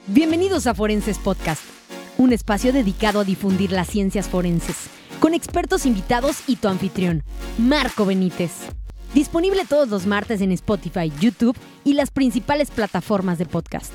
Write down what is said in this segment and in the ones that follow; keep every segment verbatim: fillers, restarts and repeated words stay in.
Bienvenidos a Forenses Podcast, un espacio dedicado a difundir las ciencias forenses, con expertos invitados y tu anfitrión, Marco Benítez. Disponible todos los martes en Spotify, YouTube y las principales plataformas de podcast.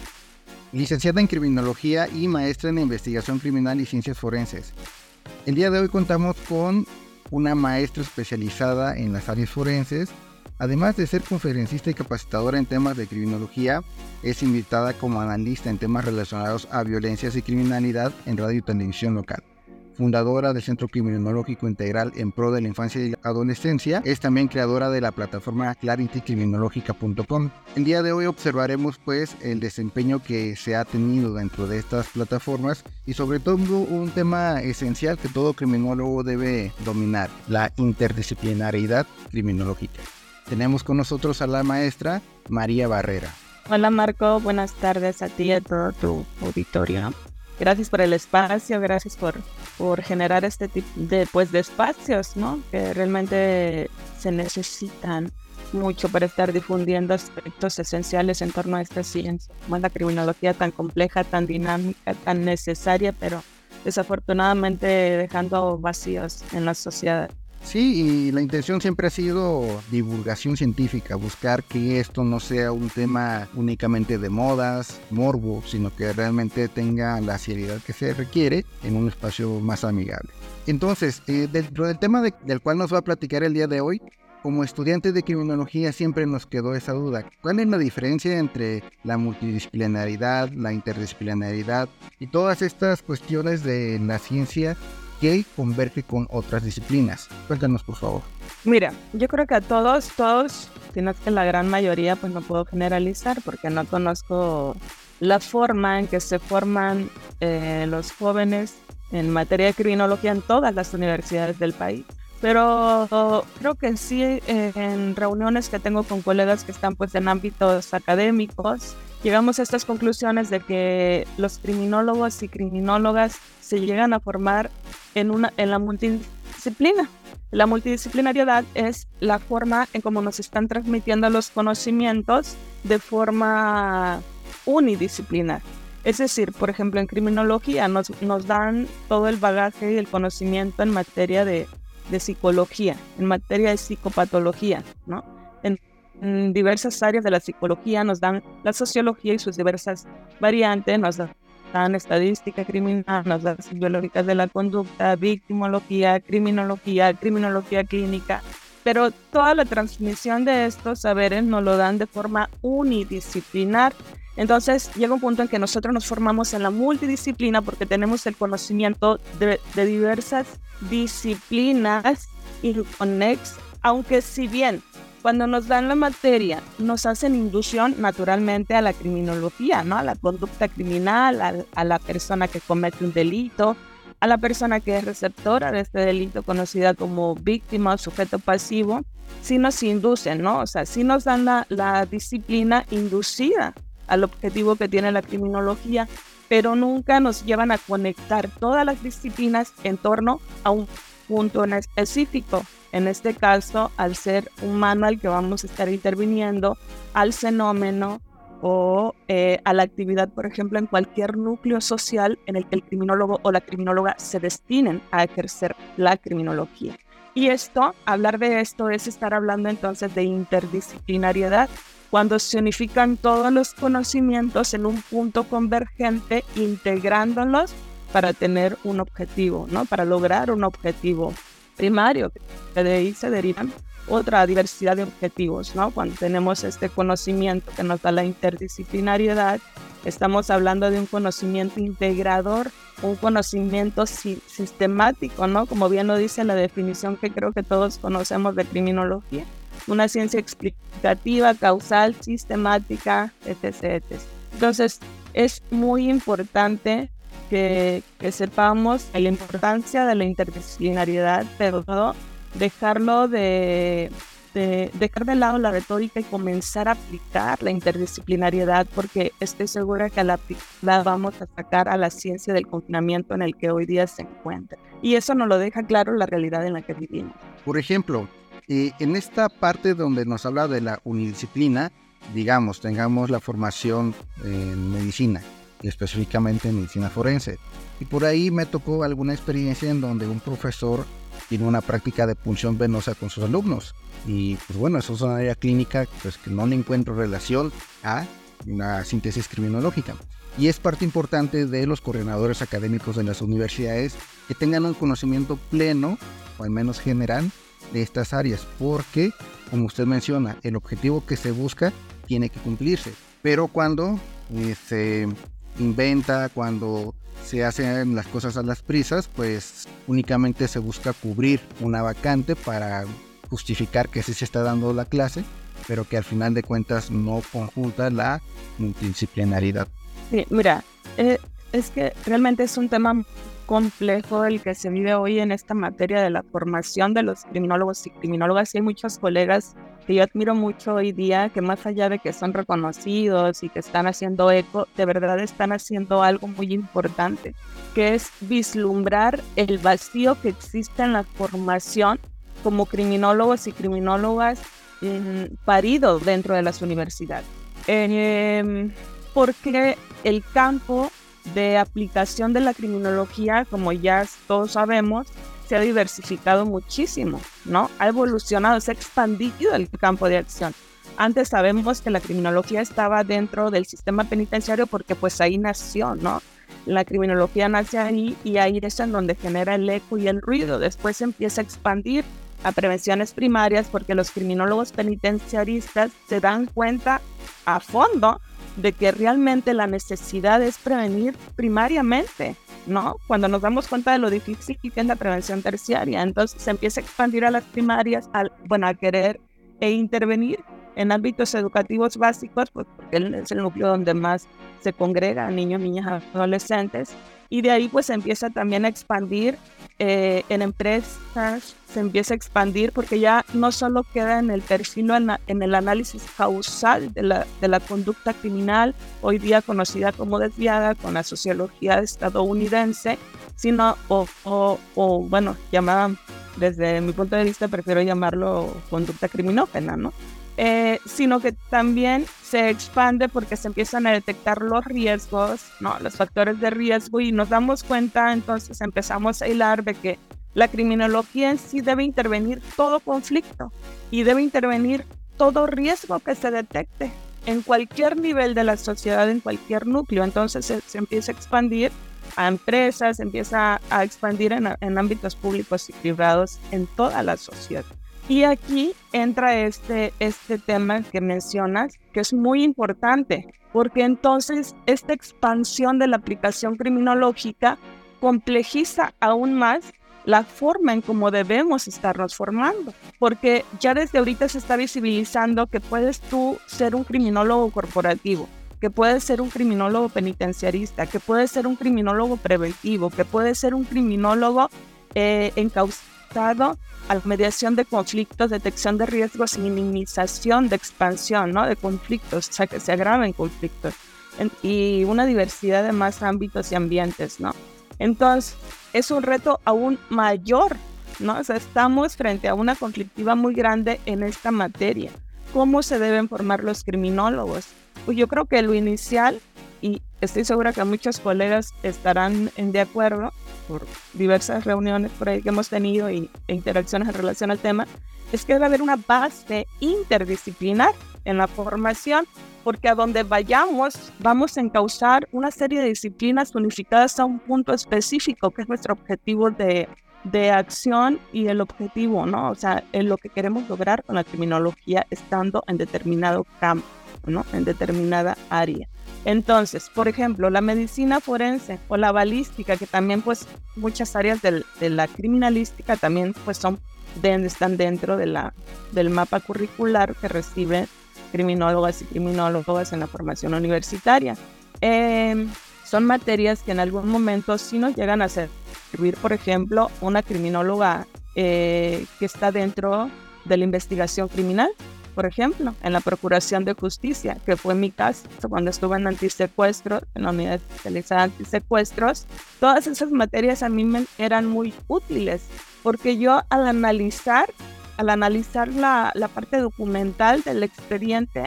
Licenciada en Criminología y maestra en Investigación Criminal y Ciencias Forenses. El día de hoy contamos con una maestra especializada en las áreas forenses. Además de ser conferencista y capacitadora en temas de criminología, es invitada como analista en temas relacionados a violencias y criminalidad en radio y televisión local. Fundadora del Centro Criminológico Integral en Pro de la Infancia y la Adolescencia, es también creadora de la plataforma clarity criminológica punto com. El día de hoy observaremos pues el desempeño que se ha tenido dentro de estas plataformas y sobre todo un tema esencial que todo criminólogo debe dominar, la interdisciplinariedad criminológica. Tenemos con nosotros a la maestra María Barrera. Hola Marco, buenas tardes a ti y a todo tu auditorio. Gracias por el espacio, gracias por, por generar este tipo de, pues, de espacios, ¿no? Que realmente se necesitan mucho para estar difundiendo aspectos esenciales en torno a esta ciencia, como es la criminología tan compleja, tan dinámica, tan necesaria, pero desafortunadamente dejando vacíos en la sociedad. Sí, y la intención siempre ha sido divulgación científica, buscar que esto no sea un tema únicamente de modas, morbo, sino que realmente tenga la seriedad que se requiere en un espacio más amigable. Entonces, eh, dentro del tema de, del cual nos va a platicar el día de hoy, como estudiantes de criminología siempre nos quedó esa duda. ¿Cuál es la diferencia entre la multidisciplinaridad, la interdisciplinaridad y todas estas cuestiones de la ciencia que converge con otras disciplinas? Cuéntanos, por favor. Mira, yo creo que a todos, todos, sino que la gran mayoría, pues no puedo generalizar porque no conozco la forma en que se forman eh, los jóvenes en materia de criminología en todas las universidades del país. Pero creo que sí, eh, en reuniones que tengo con colegas que están pues en ámbitos académicos, llegamos a estas conclusiones de que los criminólogos y criminólogas se llegan a formar en, una, en la multidisciplina. La multidisciplinariedad es la forma en cómo nos están transmitiendo los conocimientos de forma unidisciplinar. Es decir, por ejemplo, en criminología nos, nos dan todo el bagaje y el conocimiento en materia de, de psicología, en materia de psicopatología, ¿no? En, en diversas áreas de la psicología nos dan la sociología y sus diversas variantes, nos dan estadística criminal, nos dan biológicas de la conducta, victimología, criminología, criminología clínica, pero toda la transmisión de estos saberes nos lo dan de forma unidisciplinar. Entonces llega un punto en que nosotros nos formamos en la multidisciplina porque tenemos el conocimiento de, de diversas disciplinas inconexas, aunque si bien cuando nos dan la materia nos hacen inducción naturalmente a la criminología, ¿no? A la conducta criminal, a, a la persona que comete un delito, a la persona que es receptora de este delito conocida como víctima o sujeto pasivo, sí nos inducen, ¿no? O sea, sí nos dan la, la disciplina inducida al objetivo que tiene la criminología, pero nunca nos llevan a conectar todas las disciplinas en torno a un punto en específico. En este caso, al ser humano al que vamos a estar interviniendo, al fenómeno o eh, a la actividad, por ejemplo, en cualquier núcleo social en el que el criminólogo o la criminóloga se destinen a ejercer la criminología. Y esto, hablar de esto es estar hablando entonces de interdisciplinariedad, cuando se unifican todos los conocimientos en un punto convergente, integrándolos para tener un objetivo, ¿no? Para lograr un objetivo primario, que de ahí se derivan otra diversidad de objetivos, ¿no? Cuando tenemos este conocimiento que nos da la interdisciplinariedad, estamos hablando de un conocimiento integrador, un conocimiento si- sistemático, ¿no? Como bien lo dice la definición que creo que todos conocemos de criminología, una ciencia explicativa, causal, sistemática, etcétera, etcétera. Entonces, es muy importante que, que sepamos la importancia de la interdisciplinariedad, pero todo dejarlo de, de dejar de lado la retórica y comenzar a aplicar la interdisciplinariedad, porque estoy segura que la, la vamos a sacar a la ciencia del confinamiento en el que hoy día se encuentra. Y eso nos lo deja claro la realidad en la que vivimos. Por ejemplo, eh, en esta parte donde nos habla de la unidisciplina, digamos, tengamos la formación en medicina, específicamente en medicina forense. Y por ahí me tocó alguna experiencia en donde un profesor tiene una práctica de punción venosa con sus alumnos. Y pues bueno, eso es una área clínica pues, que no le encuentro relación a una síntesis criminológica. Y es parte importante de los coordinadores académicos de las universidades que tengan un conocimiento pleno, o al menos general, de estas áreas, porque, como usted menciona, el objetivo que se busca tiene que cumplirse. Pero cuando eh, se inventa, cuando se hacen las cosas a las prisas, pues únicamente se busca cubrir una vacante para justificar que sí se está dando la clase, pero que al final de cuentas no conjunta la multidisciplinaridad. Sí, mira, eh, es que realmente es un tema complejo el que se vive hoy en esta materia de la formación de los criminólogos y criminólogas. Y hay muchos colegas que yo admiro mucho hoy día, que más allá de que son reconocidos y que están haciendo eco, de verdad están haciendo algo muy importante, que es vislumbrar el vacío que existe en la formación como criminólogos y criminólogas eh, parido dentro de las universidades. Eh, porque el campo de aplicación de la criminología, como ya todos sabemos, se ha diversificado muchísimo, ¿no? Ha evolucionado, se ha expandido el campo de acción. Antes sabemos que la criminología estaba dentro del sistema penitenciario porque pues ahí nació, ¿no? La criminología nace ahí y ahí es en donde genera el eco y el ruido. Después se empieza a expandir a prevenciones primarias porque los criminólogos penitenciaristas se dan cuenta a fondo de que realmente la necesidad es prevenir primariamente, ¿no? Cuando nos damos cuenta de lo difícil que es la prevención terciaria, entonces se empieza a expandir a las primarias, al, bueno, a querer e intervenir en ámbitos educativos básicos, pues porque es el núcleo donde más se congregan niños, niñas, adolescentes, y de ahí pues se empieza también a expandir eh, en empresas, se empieza a expandir porque ya no solo queda en el perfil, en, en el análisis causal de la, de la conducta criminal, hoy día conocida como desviada con la sociología estadounidense, sino, o, o, o bueno, llamada, desde mi punto de vista, prefiero llamarlo conducta criminógena, ¿no? Eh, sino que también se expande porque se empiezan a detectar los riesgos, ¿no? Los factores de riesgo, y nos damos cuenta, entonces empezamos a hilar de que la criminología en sí debe intervenir todo conflicto y debe intervenir todo riesgo que se detecte en cualquier nivel de la sociedad, en cualquier núcleo. Entonces se, se empieza a expandir a empresas, se empieza a expandir en, en ámbitos públicos y privados en toda la sociedad. Y aquí entra este, este tema que mencionas, que es muy importante, porque entonces esta expansión de la aplicación criminológica complejiza aún más la forma en cómo debemos estarnos formando, porque ya desde ahorita se está visibilizando que puedes tú ser un criminólogo corporativo, que puedes ser un criminólogo penitenciarista, que puedes ser un criminólogo preventivo, que puedes ser un criminólogo eh, encausado a la mediación de conflictos, detección de riesgos y minimización de expansión, ¿no? De conflictos, o sea, que se agraven conflictos, en, y una diversidad de más ámbitos y ambientes, ¿no? Entonces, es un reto aún mayor, ¿no? O sea, estamos frente a una conflictiva muy grande en esta materia. ¿Cómo se deben formar los criminólogos? Pues yo creo que lo inicial, y estoy segura que muchos colegas estarán de acuerdo por diversas reuniones por ahí que hemos tenido y, e interacciones en relación al tema, es que debe haber una base interdisciplinar en la formación, porque a donde vayamos vamos a encauzar una serie de disciplinas unificadas a un punto específico, que es nuestro objetivo de, de acción y el objetivo, ¿no? O sea, en lo que queremos lograr con la criminología estando en determinado campo, ¿no? En determinada área. Entonces, por ejemplo, la medicina forense o la balística, que también pues muchas áreas del, de la criminalística también pues son de, están dentro de la, del mapa curricular que reciben criminólogas y criminólogos en la formación universitaria. Eh, son materias que en algún momento sí nos llegan a servir, por ejemplo, una criminóloga eh, que está dentro de la investigación criminal, por ejemplo, en la Procuración de Justicia, que fue mi caso cuando estuve en antisecuestros, en la unidad especializada de antisecuestros. Todas esas materias a mí me eran muy útiles, porque yo al analizar, al analizar la, la parte documental del expediente,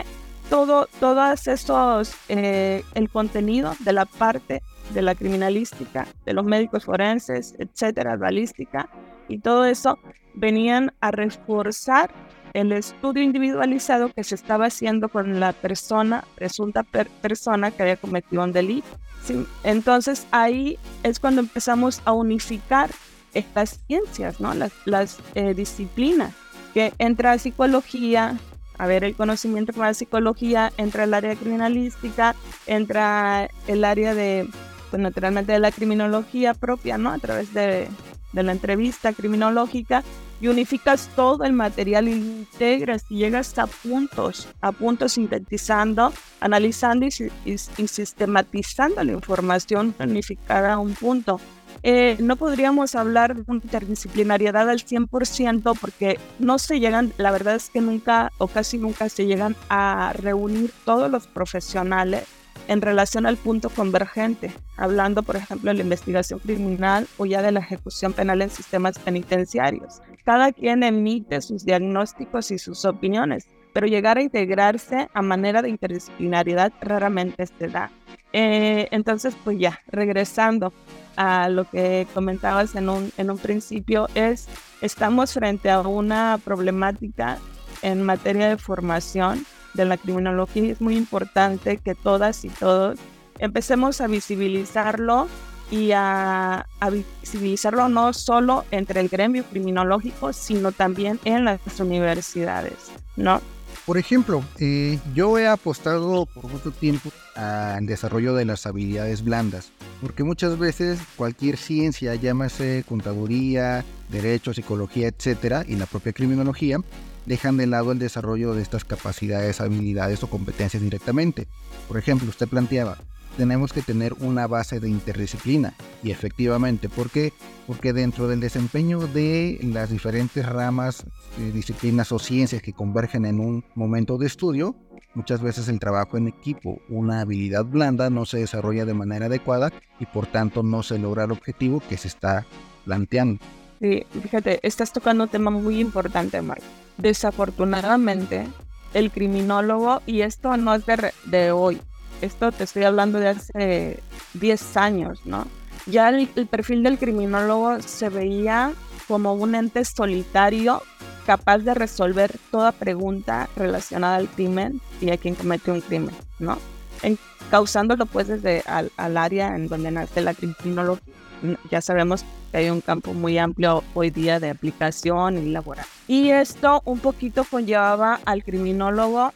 todo, todos esos, eh, el contenido de la parte de la criminalística, de los médicos forenses, etcétera, balística, y todo eso venían a reforzar el estudio individualizado que se estaba haciendo con la persona, presunta per- persona que había cometido un delito. ¿Sí? Entonces ahí es cuando empezamos a unificar estas ciencias, ¿no? Las, las eh, disciplinas, que entra psicología, a ver el conocimiento con la psicología, entra el área criminalística, entra el área de, pues naturalmente de la criminología propia, ¿no? A través de, de la entrevista criminológica, y unificas todo el material y lo integras y llegas a puntos, a puntos sintetizando, analizando y, y, y sistematizando la información unificada a un punto. Eh, no podríamos hablar de una interdisciplinariedad al cien por ciento porque no se llegan, la verdad es que nunca o casi nunca se llegan a reunir todos los profesionales en relación al punto convergente, hablando por ejemplo de la investigación criminal o ya de la ejecución penal en sistemas penitenciarios. Cada quien emite sus diagnósticos y sus opiniones, pero llegar a integrarse a manera de interdisciplinariedad raramente se da. Eh, entonces, pues ya, regresando a lo que comentabas en un, en un principio, es estamos frente a una problemática en materia de formación de la criminología y es muy importante que todas y todos empecemos a visibilizarlo y a, a visibilizarlo no solo entre el gremio criminológico, sino también en las universidades, ¿no? Por ejemplo, eh, yo he apostado por mucho tiempo al desarrollo de las habilidades blandas, porque muchas veces cualquier ciencia, llámese contaduría, derecho, psicología, etcétera, y la propia criminología, dejan de lado el desarrollo de estas capacidades, habilidades o competencias directamente. Por ejemplo, usted planteaba, tenemos que tener una base de interdisciplina, y efectivamente, ¿por qué? Porque dentro del desempeño de las diferentes ramas, eh, disciplinas o ciencias que convergen en un momento de estudio, muchas veces el trabajo en equipo, una habilidad blanda, no se desarrolla de manera adecuada y por tanto no se logra el objetivo que se está planteando. Sí, fíjate, estás tocando un tema muy importante, Marco. Desafortunadamente, el criminólogo, y esto no es de, de hoy, esto te estoy hablando de hace diez años, ¿no? Ya el, el perfil del criminólogo se veía como un ente solitario capaz de resolver toda pregunta relacionada al crimen y a quien comete un crimen, ¿no? En, causándolo pues desde al, al área en donde nace la criminología. Ya sabemos que hay un campo muy amplio hoy día de aplicación y laboral. Y esto un poquito conllevaba al criminólogo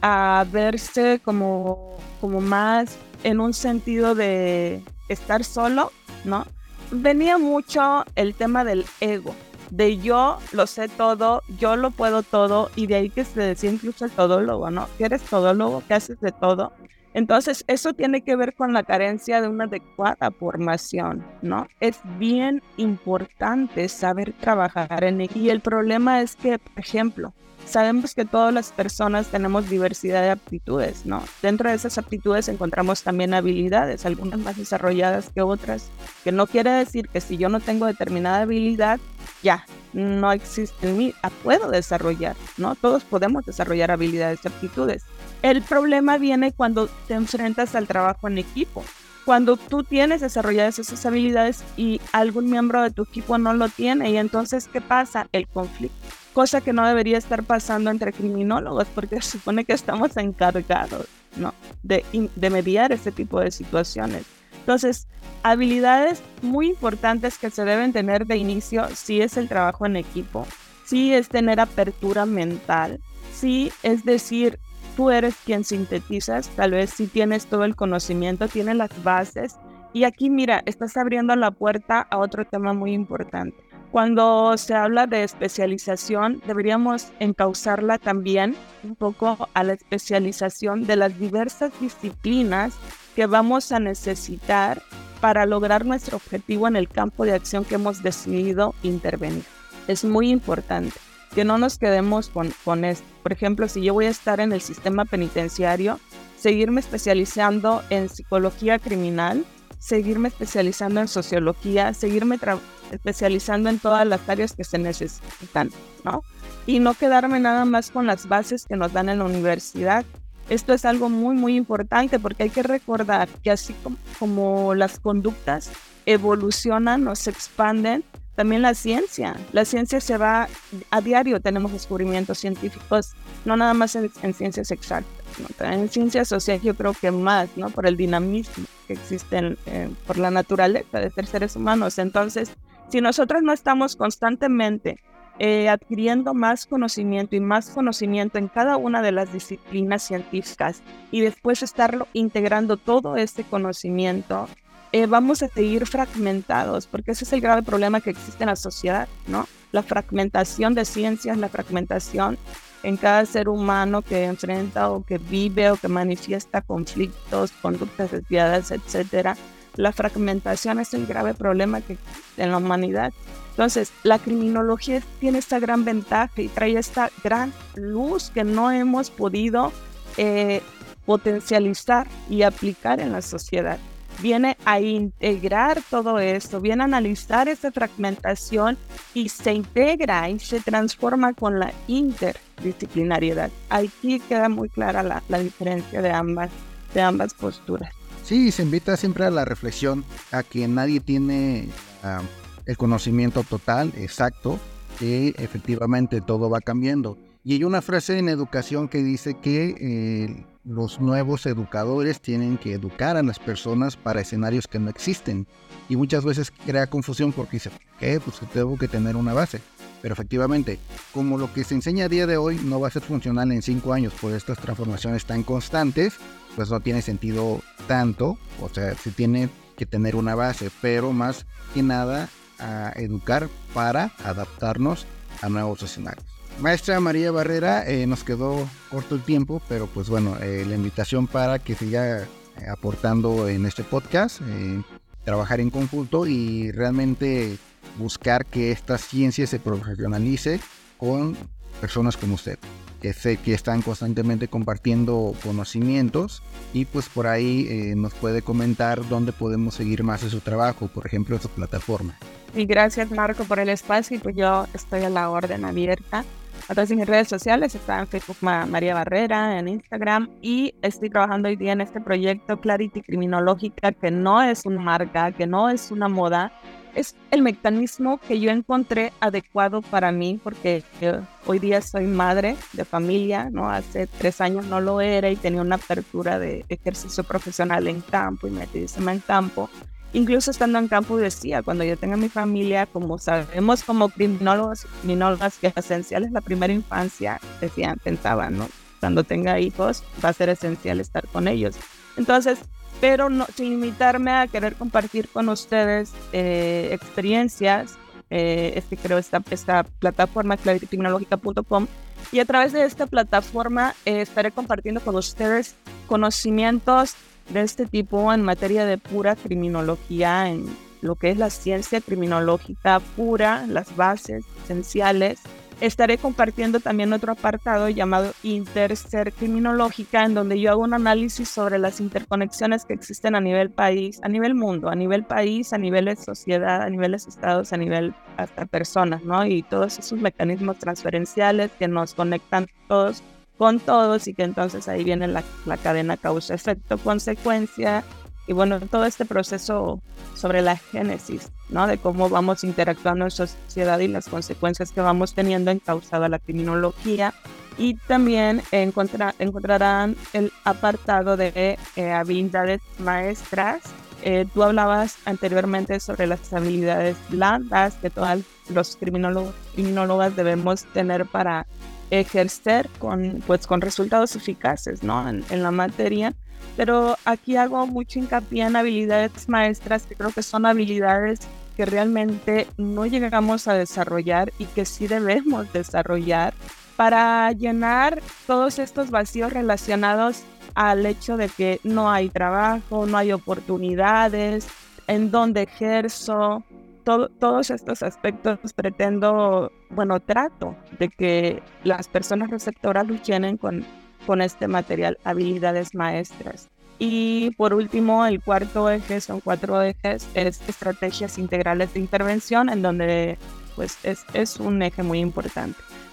a verse como, como más en un sentido de estar solo, ¿no? Venía mucho el tema del ego, de yo lo sé todo, yo lo puedo todo, y de ahí que se decía incluso el todólogo, ¿no? Que eres todólogo, que haces de todo. Entonces, eso tiene que ver con la carencia de una adecuada formación, ¿no? Es bien importante saber trabajar en equipo. Y el problema es que, por ejemplo, sabemos que todas las personas tenemos diversidad de aptitudes, ¿no? Dentro de esas aptitudes encontramos también habilidades, algunas más desarrolladas que otras, que no quiere decir que si yo no tengo determinada habilidad, ya, no existe en mí, la puedo desarrollar, ¿no? Todos podemos desarrollar habilidades y aptitudes. El problema viene cuando te enfrentas al trabajo en equipo. Cuando tú tienes desarrolladas esas habilidades y algún miembro de tu equipo no lo tiene, y entonces, ¿qué pasa? El conflicto. Cosa que no debería estar pasando entre criminólogos, porque se supone que estamos encargados, ¿no? de, de mediar este tipo de situaciones. Entonces, habilidades muy importantes que se deben tener de inicio, sí es el trabajo en equipo, sí es tener apertura mental, sí es decir, tú eres quien sintetizas, tal vez sí tienes todo el conocimiento, tienes las bases, y aquí mira, estás abriendo la puerta a otro tema muy importante. Cuando se habla de especialización, deberíamos encauzarla también un poco a la especialización de las diversas disciplinas que vamos a necesitar para lograr nuestro objetivo en el campo de acción que hemos decidido intervenir. Es muy importante que no nos quedemos con, con esto. Por ejemplo, si yo voy a estar en el sistema penitenciario, seguirme especializando en psicología criminal, seguirme especializando en sociología, seguirme tra- especializando en todas las áreas que se necesitan, ¿no? Y no quedarme nada más con las bases que nos dan en la universidad. Esto es algo muy, muy importante porque hay que recordar que así como, como las conductas evolucionan o se expanden, también la ciencia. La ciencia se va a diario, tenemos descubrimientos científicos, no nada más en, en ciencias exactas, ¿no? También en ciencias sociales yo creo que más, ¿no? Por el dinamismo que existe, en, eh, por la naturaleza de ser seres humanos. Entonces, si nosotros no estamos constantemente eh, adquiriendo más conocimiento y más conocimiento en cada una de las disciplinas científicas y después estarlo integrando todo este conocimiento, Eh, vamos a seguir fragmentados, porque ese es el grave problema que existe en la sociedad, ¿no? La fragmentación de ciencias, la fragmentación en cada ser humano que enfrenta o que vive o que manifiesta conflictos, conductas desviadas, etcétera. La fragmentación es el grave problema que existe en la humanidad. Entonces, la criminología tiene esta gran ventaja y trae esta gran luz que no hemos podido eh, potencializar y aplicar en la sociedad. Viene a integrar todo esto, viene a analizar esa fragmentación y se integra y se transforma con la interdisciplinariedad. Aquí queda muy clara la, la diferencia de ambas, de ambas posturas. Sí, se invita siempre a la reflexión, a que nadie tiene uh, el conocimiento total, exacto, que efectivamente todo va cambiando. Y hay una frase en educación que dice que eh, los nuevos educadores tienen que educar a las personas para escenarios que no existen. Y muchas veces crea confusión porque dice, ¿qué? Pues tengo que tener una base. Pero efectivamente, como lo que se enseña a día de hoy no va a ser funcional en cinco años por estas transformaciones tan constantes, pues no tiene sentido tanto. O sea, se tiene que tener una base, pero más que nada a educar para adaptarnos a nuevos escenarios. Maestra María Barrera, eh, nos quedó corto el tiempo, pero pues bueno, eh, la invitación para que siga eh, aportando en este podcast, eh, trabajar en conjunto y realmente buscar que esta ciencia se profesionalice con personas como usted, que sé que están constantemente compartiendo conocimientos y pues por ahí eh, nos puede comentar dónde podemos seguir más de su trabajo, por ejemplo, en su plataforma. Y gracias, Marco, por el espacio y pues yo estoy a la orden abierta. A través de mis redes sociales, está en Facebook María Barrera, en Instagram, y estoy trabajando hoy día en este proyecto Clarity Criminológica, que no es una marca, que no es una moda, es el mecanismo que yo encontré adecuado para mí, porque yo hoy día soy madre de familia, ¿no? Hace tres años no lo era y tenía una apertura de ejercicio profesional en campo y metidísima en campo. Incluso estando en campo decía, cuando yo tenga mi familia, como sabemos como criminólogos y criminólogas que esencial es la primera infancia, decían, pensaban, ¿no? Cuando tenga hijos va a ser esencial estar con ellos. Entonces, pero no, sin limitarme a querer compartir con ustedes eh, experiencias, eh, este, creo esta, esta plataforma clarity criminológica punto com, y a través de esta plataforma eh, estaré compartiendo con ustedes conocimientos de este tipo en materia de pura criminología, en lo que es la ciencia criminológica pura, las bases esenciales. Estaré compartiendo también otro apartado llamado Interser Criminológica, en donde yo hago un análisis sobre las interconexiones que existen a nivel país, a nivel mundo, a nivel país, a nivel de sociedad, a nivel de estados, a nivel hasta personas, ¿no? Y todos esos mecanismos transferenciales que nos conectan todos con todos y que entonces ahí viene la, la cadena causa, efecto, consecuencia y bueno, todo este proceso sobre la génesis, ¿no? De cómo vamos interactuando en sociedad y las consecuencias que vamos teniendo encausada la criminología. Y también encontra, encontrarán el apartado de eh, habilidades maestras. Eh, tú hablabas anteriormente sobre las habilidades blandas que todos los criminólogos, criminólogas debemos tener para ejercer con, pues, con resultados eficaces, ¿no? en, en la materia, pero aquí hago mucho hincapié en habilidades maestras que creo que son habilidades que realmente no llegamos a desarrollar y que sí debemos desarrollar para llenar todos estos vacíos relacionados al hecho de que no hay trabajo, no hay oportunidades, en donde ejerzo. Todo, todos estos aspectos pretendo, bueno, trato de que las personas receptoras los llenen con, con este material, habilidades maestras. Y por último, el cuarto eje, son cuatro ejes, es estrategias integrales de intervención, en donde pues es, es un eje muy importante.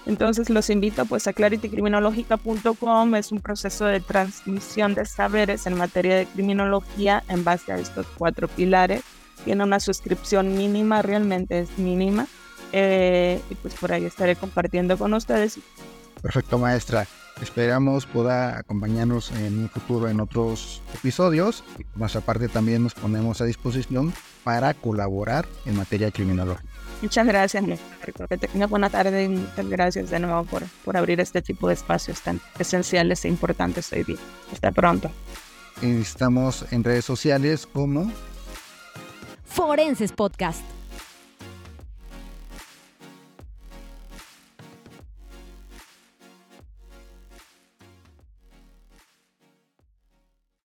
Entonces los invito pues a clarity criminológica punto com. Es un proceso de transmisión de saberes en materia de criminología en base a estos cuatro pilares. Tiene una suscripción mínima, realmente es mínima, eh, y pues por ahí estaré compartiendo con ustedes. Perfecto, maestra. Esperamos pueda acompañarnos en un futuro en otros episodios. Por nuestra parte también nos ponemos a disposición para colaborar en materia criminológica. Muchas gracias, Marco. Que tengas buena tarde y muchas gracias de nuevo por, por abrir este tipo de espacios tan esenciales e importantes hoy día. Hasta pronto. Estamos en redes sociales como Forenses Podcast.